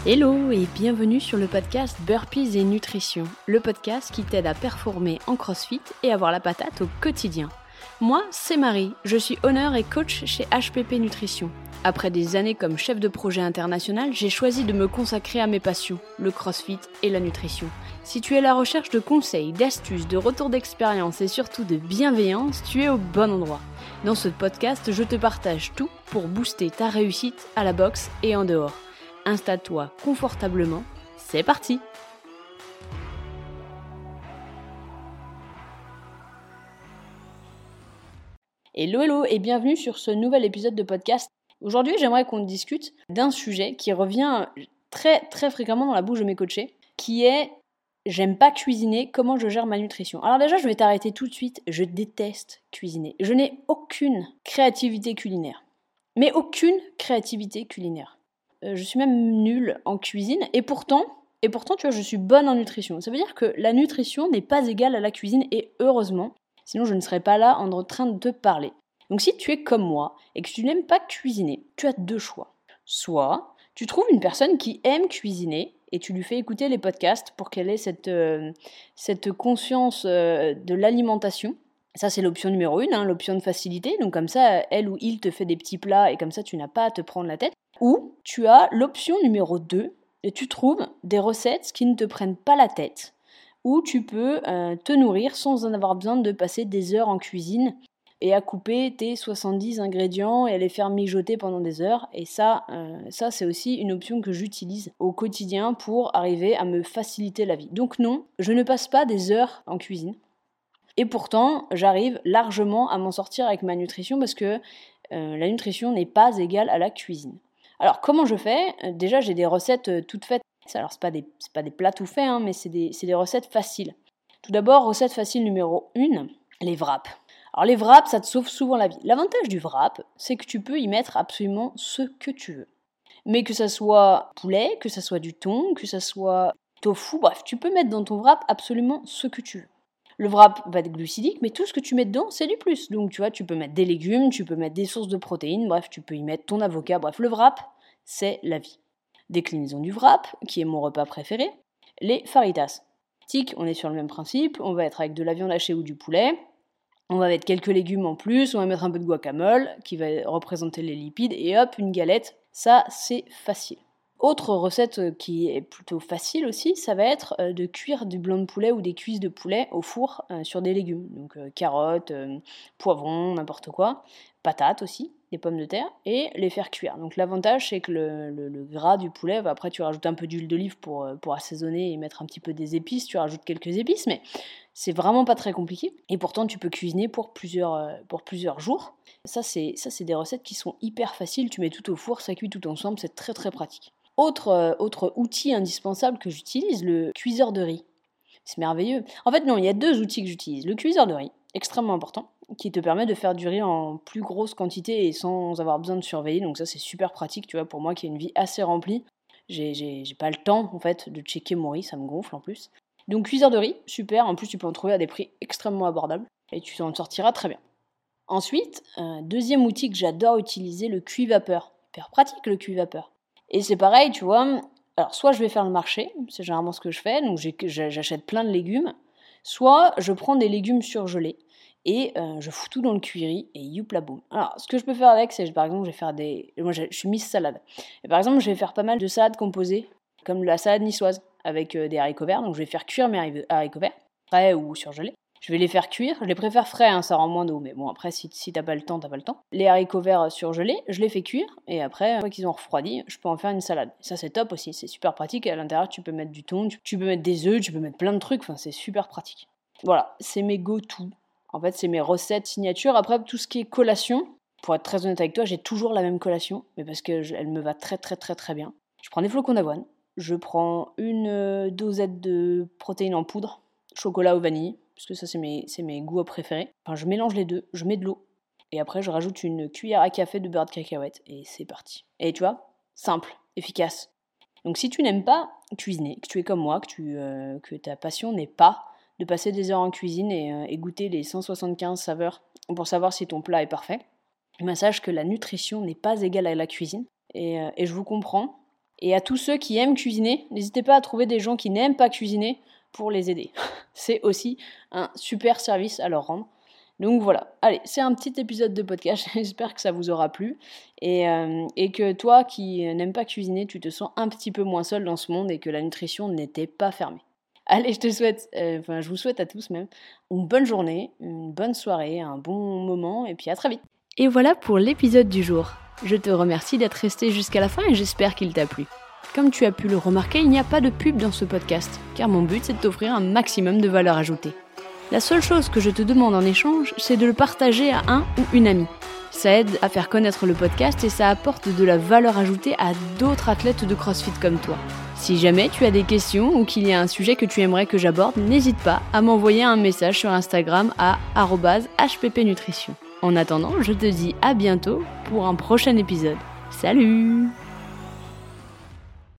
Hello et bienvenue sur le podcast Burpees et Nutrition, le podcast qui t'aide à performer en CrossFit et avoir la patate au quotidien. Moi, c'est Marie, je suis owner et coach chez HPP Nutrition. Après des années comme chef de projet international, j'ai choisi de me consacrer à mes passions, le CrossFit et la nutrition. Si tu es à la recherche de conseils, d'astuces, de retours d'expérience et surtout de bienveillance, tu es au bon endroit. Dans ce podcast, je te partage tout pour booster ta réussite à la boxe et en dehors. Installe-toi confortablement, c'est parti! Hello et bienvenue sur ce nouvel épisode de podcast. Aujourd'hui, j'aimerais qu'on discute d'un sujet qui revient très très fréquemment dans la bouche de mes coachés, qui est « j'aime pas cuisiner, comment je gère ma nutrition ?» Alors déjà, je vais t'arrêter tout de suite, je déteste cuisiner. Je n'ai aucune créativité culinaire. Mais aucune créativité culinaire. Je suis même nulle en cuisine et pourtant, tu vois, je suis bonne en nutrition. Ça veut dire que la nutrition n'est pas égale à la cuisine et heureusement, sinon je ne serais pas là en train de te parler. Donc si tu es comme moi et que tu n'aimes pas cuisiner, tu as deux choix. Soit tu trouves une personne qui aime cuisiner et tu lui fais écouter les podcasts pour qu'elle ait cette conscience de l'alimentation. Ça, c'est l'option numéro 1, l'option de facilité. Donc comme ça, elle ou il te fait des petits plats et comme ça, tu n'as pas à te prendre la tête. Ou tu as l'option numéro 2 et tu trouves des recettes qui ne te prennent pas la tête, où tu peux te nourrir sans en avoir besoin de passer des heures en cuisine et à couper tes 70 ingrédients et à les faire mijoter pendant des heures. Et ça c'est aussi une option que j'utilise au quotidien pour arriver à me faciliter la vie. Donc non, je ne passe pas des heures en cuisine. Et pourtant, j'arrive largement à m'en sortir avec ma nutrition parce que la nutrition n'est pas égale à la cuisine. Alors, comment je fais ? Déjà, j'ai des recettes toutes faites. Alors, c'est pas des plats tout faits, mais c'est des recettes faciles. Tout d'abord, recette facile numéro 1, les wraps. Alors, les wraps, ça te sauve souvent la vie. L'avantage du wrap, c'est que tu peux y mettre absolument ce que tu veux. Mais que ça soit poulet, que ça soit du thon, que ça soit tofu, bref, tu peux mettre dans ton wrap absolument ce que tu veux. Le wrap va être glucidique, mais tout ce que tu mets dedans, c'est du plus. Donc, tu vois, tu peux mettre des légumes, tu peux mettre des sources de protéines, bref, tu peux y mettre ton avocat. Bref, le wrap, c'est la vie. Déclinaison du wrap, qui est mon repas préféré, les fajitas. Tic, on est sur le même principe, on va être avec de la viande hachée ou du poulet, on va mettre quelques légumes en plus, on va mettre un peu de guacamole, qui va représenter les lipides, et hop, une galette. Ça, c'est facile. Autre recette qui est plutôt facile aussi, ça va être de cuire du blanc de poulet ou des cuisses de poulet au four sur des légumes. Donc carottes, poivrons, n'importe quoi, patates aussi, des pommes de terre, et les faire cuire. Donc l'avantage, c'est que le gras du poulet, après tu rajoutes un peu d'huile d'olive pour assaisonner et mettre un petit peu des épices, tu rajoutes quelques épices, mais c'est vraiment pas très compliqué. Et pourtant, tu peux cuisiner pour plusieurs jours. Ça, c'est des recettes qui sont hyper faciles, tu mets tout au four, ça cuit tout ensemble, c'est très très pratique. Autre outil indispensable que j'utilise, le cuiseur de riz. C'est merveilleux. En fait, non, il y a deux outils que j'utilise. Le cuiseur de riz, extrêmement important, qui te permet de faire du riz en plus grosse quantité et sans avoir besoin de surveiller. Donc ça, c'est super pratique, tu vois, pour moi qui ai une vie assez remplie. J'ai pas le temps, en fait, de checker mon riz, ça me gonfle en plus. Donc cuiseur de riz, super. En plus, tu peux en trouver à des prix extrêmement abordables et tu t'en sortiras très bien. Ensuite, deuxième outil que j'adore utiliser, le cuit-vapeur. Hyper pratique, le cuit-vapeur. Et c'est pareil, tu vois, alors soit je vais faire le marché, c'est généralement ce que je fais, donc j'achète plein de légumes, soit je prends des légumes surgelés et je fous tout dans le cuiri et youpla boum. Alors, ce que je peux faire avec, c'est par exemple, moi je suis Miss Salade. Et par exemple, je vais faire pas mal de salades composées, comme la salade niçoise, avec des haricots verts, donc je vais faire cuire mes haricots verts, frais ou surgelés. Je vais les faire cuire, je les préfère frais, ça rend moins d'eau, mais bon après si t'as pas le temps, t'as pas le temps. Les haricots verts surgelés, je les fais cuire, et après, une fois qu'ils ont refroidi, je peux en faire une salade. Ça c'est top aussi, c'est super pratique, et à l'intérieur tu peux mettre du thon, tu peux mettre des œufs, tu peux mettre plein de trucs, c'est super pratique. Voilà, c'est mes go-to, en fait c'est mes recettes signature. Après tout ce qui est collation, pour être très honnête avec toi, j'ai toujours la même collation, mais parce qu'elle me va très très très très bien. Je prends des flocons d'avoine, je prends une dosette de protéines en poudre, chocolat ou vanille, parce que ça c'est mes goûts préférés. Enfin, je mélange les deux, je mets de l'eau, et après je rajoute une cuillère à café de beurre de cacahuète, et c'est parti. Et tu vois, simple, efficace. Donc si tu n'aimes pas cuisiner, que tu es comme moi, que ta passion n'est pas de passer des heures en cuisine et goûter les 175 saveurs pour savoir si ton plat est parfait, sache que la nutrition n'est pas égale à la cuisine, et je vous comprends. Et à tous ceux qui aiment cuisiner, n'hésitez pas à trouver des gens qui n'aiment pas cuisiner pour les aider. C'est aussi un super service à leur rendre. Donc voilà, allez, c'est un petit épisode de podcast, j'espère que ça vous aura plu et que toi qui n'aimes pas cuisiner, tu te sens un petit peu moins seul dans ce monde et que la nutrition n'était pas fermée. Allez, je vous souhaite à tous même une bonne journée, une bonne soirée, un bon moment et puis à très vite. Et voilà pour l'épisode du jour. Je te remercie d'être resté jusqu'à la fin et j'espère qu'il t'a plu. Comme tu as pu le remarquer, il n'y a pas de pub dans ce podcast, car mon but c'est de t'offrir un maximum de valeur ajoutée. La seule chose que je te demande en échange, c'est de le partager à un ou une amie. Ça aide à faire connaître le podcast et ça apporte de la valeur ajoutée à d'autres athlètes de CrossFit comme toi. Si jamais tu as des questions ou qu'il y a un sujet que tu aimerais que j'aborde, n'hésite pas à m'envoyer un message sur Instagram à @hppnutrition. En attendant, je te dis à bientôt pour un prochain épisode. Salut!